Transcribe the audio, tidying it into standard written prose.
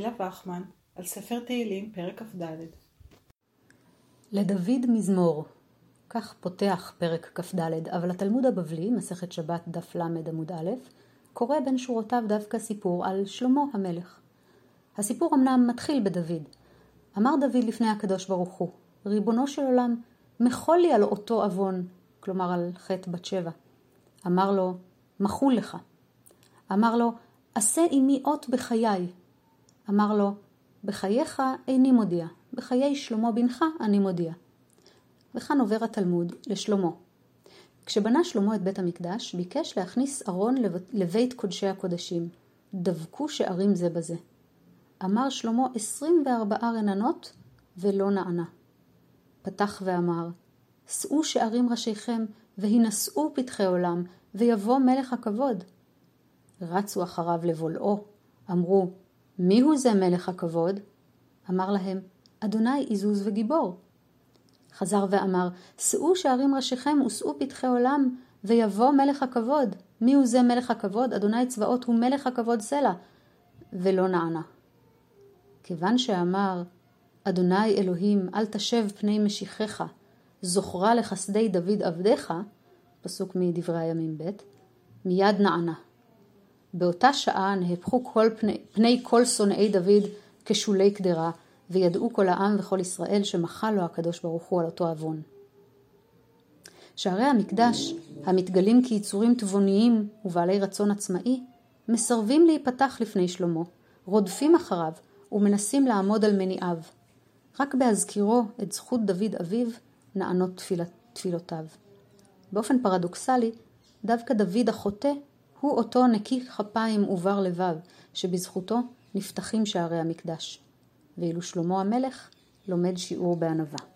גילה וחמן על ספר תהילים פרק כ"ד. לדוד מזמור. כך פותח פרק כ"ד, אבל התלמוד הבבלי, מסכת שבת דף ל עמוד א', קורא בין שורותיו דווקא סיפור על שלמה המלך. הסיפור אמנם מתחיל בדוד. אמר דוד לפני הקדוש ברוך הוא, ריבונו של עולם, מחול לי על אותו אבון, כלומר על חטא בת שבע. אמר לו, מחול לך. אמר לו, עשה עמי אות בחיי. אמר לו, בחייך איני מודיע, בחיי שלמה בנך אני מודיע. וכאן עובר התלמוד לשלמה. כשבנה שלמה את בית המקדש, ביקש להכניס ארון לבית קודשי הקודשים. דבקו שערים זה בזה. אמר שלמה 24 רננות ולא נענה. פתח ואמר, שאו שערים ראשיכם והינשאו פתחי עולם, ויבוא מלך הכבוד. רצו אחריו לבולעו, אמרו, מי הוא זה מלך הכבוד? אמר להם, אדוני עזוז וגיבור. חזר ואמר, שאו שערים ראשיכם ושאו פתחי עולם, ויבוא מלך הכבוד. מי הוא זה מלך הכבוד? אדוני צבאות הוא מלך הכבוד סלע. ולא נענה. כיוון שאמר, אדוני אלוהים, אל תשב פני משיחך, זוכרה לחסדי דוד עבדך, פסוק מדברי הימים ב', מיד נענה. באותה שעה נהפכו פני כל שונאי דוד כשולי קדרה, וידעו כל העם וכל ישראל שמחל לו הקדוש ברוך הוא על אותו עוון. שערי המקדש, המתגלים כיצורים תבוניים ובעלי רצון עצמאי, מסרבים להיפתח לפני שלמה, רודפים אחריו ומנסים לעמוד על מניעיו. רק בהזכירו את זכות דוד אביו נענות תפילותיו. באופן פרדוקסלי, דווקא דוד החוטא הוא אותו נקי כפיים ובר לבב, שבזכותו נפתחים שערי המקדש. ואילו שלמה המלך לומד שיעור בענווה.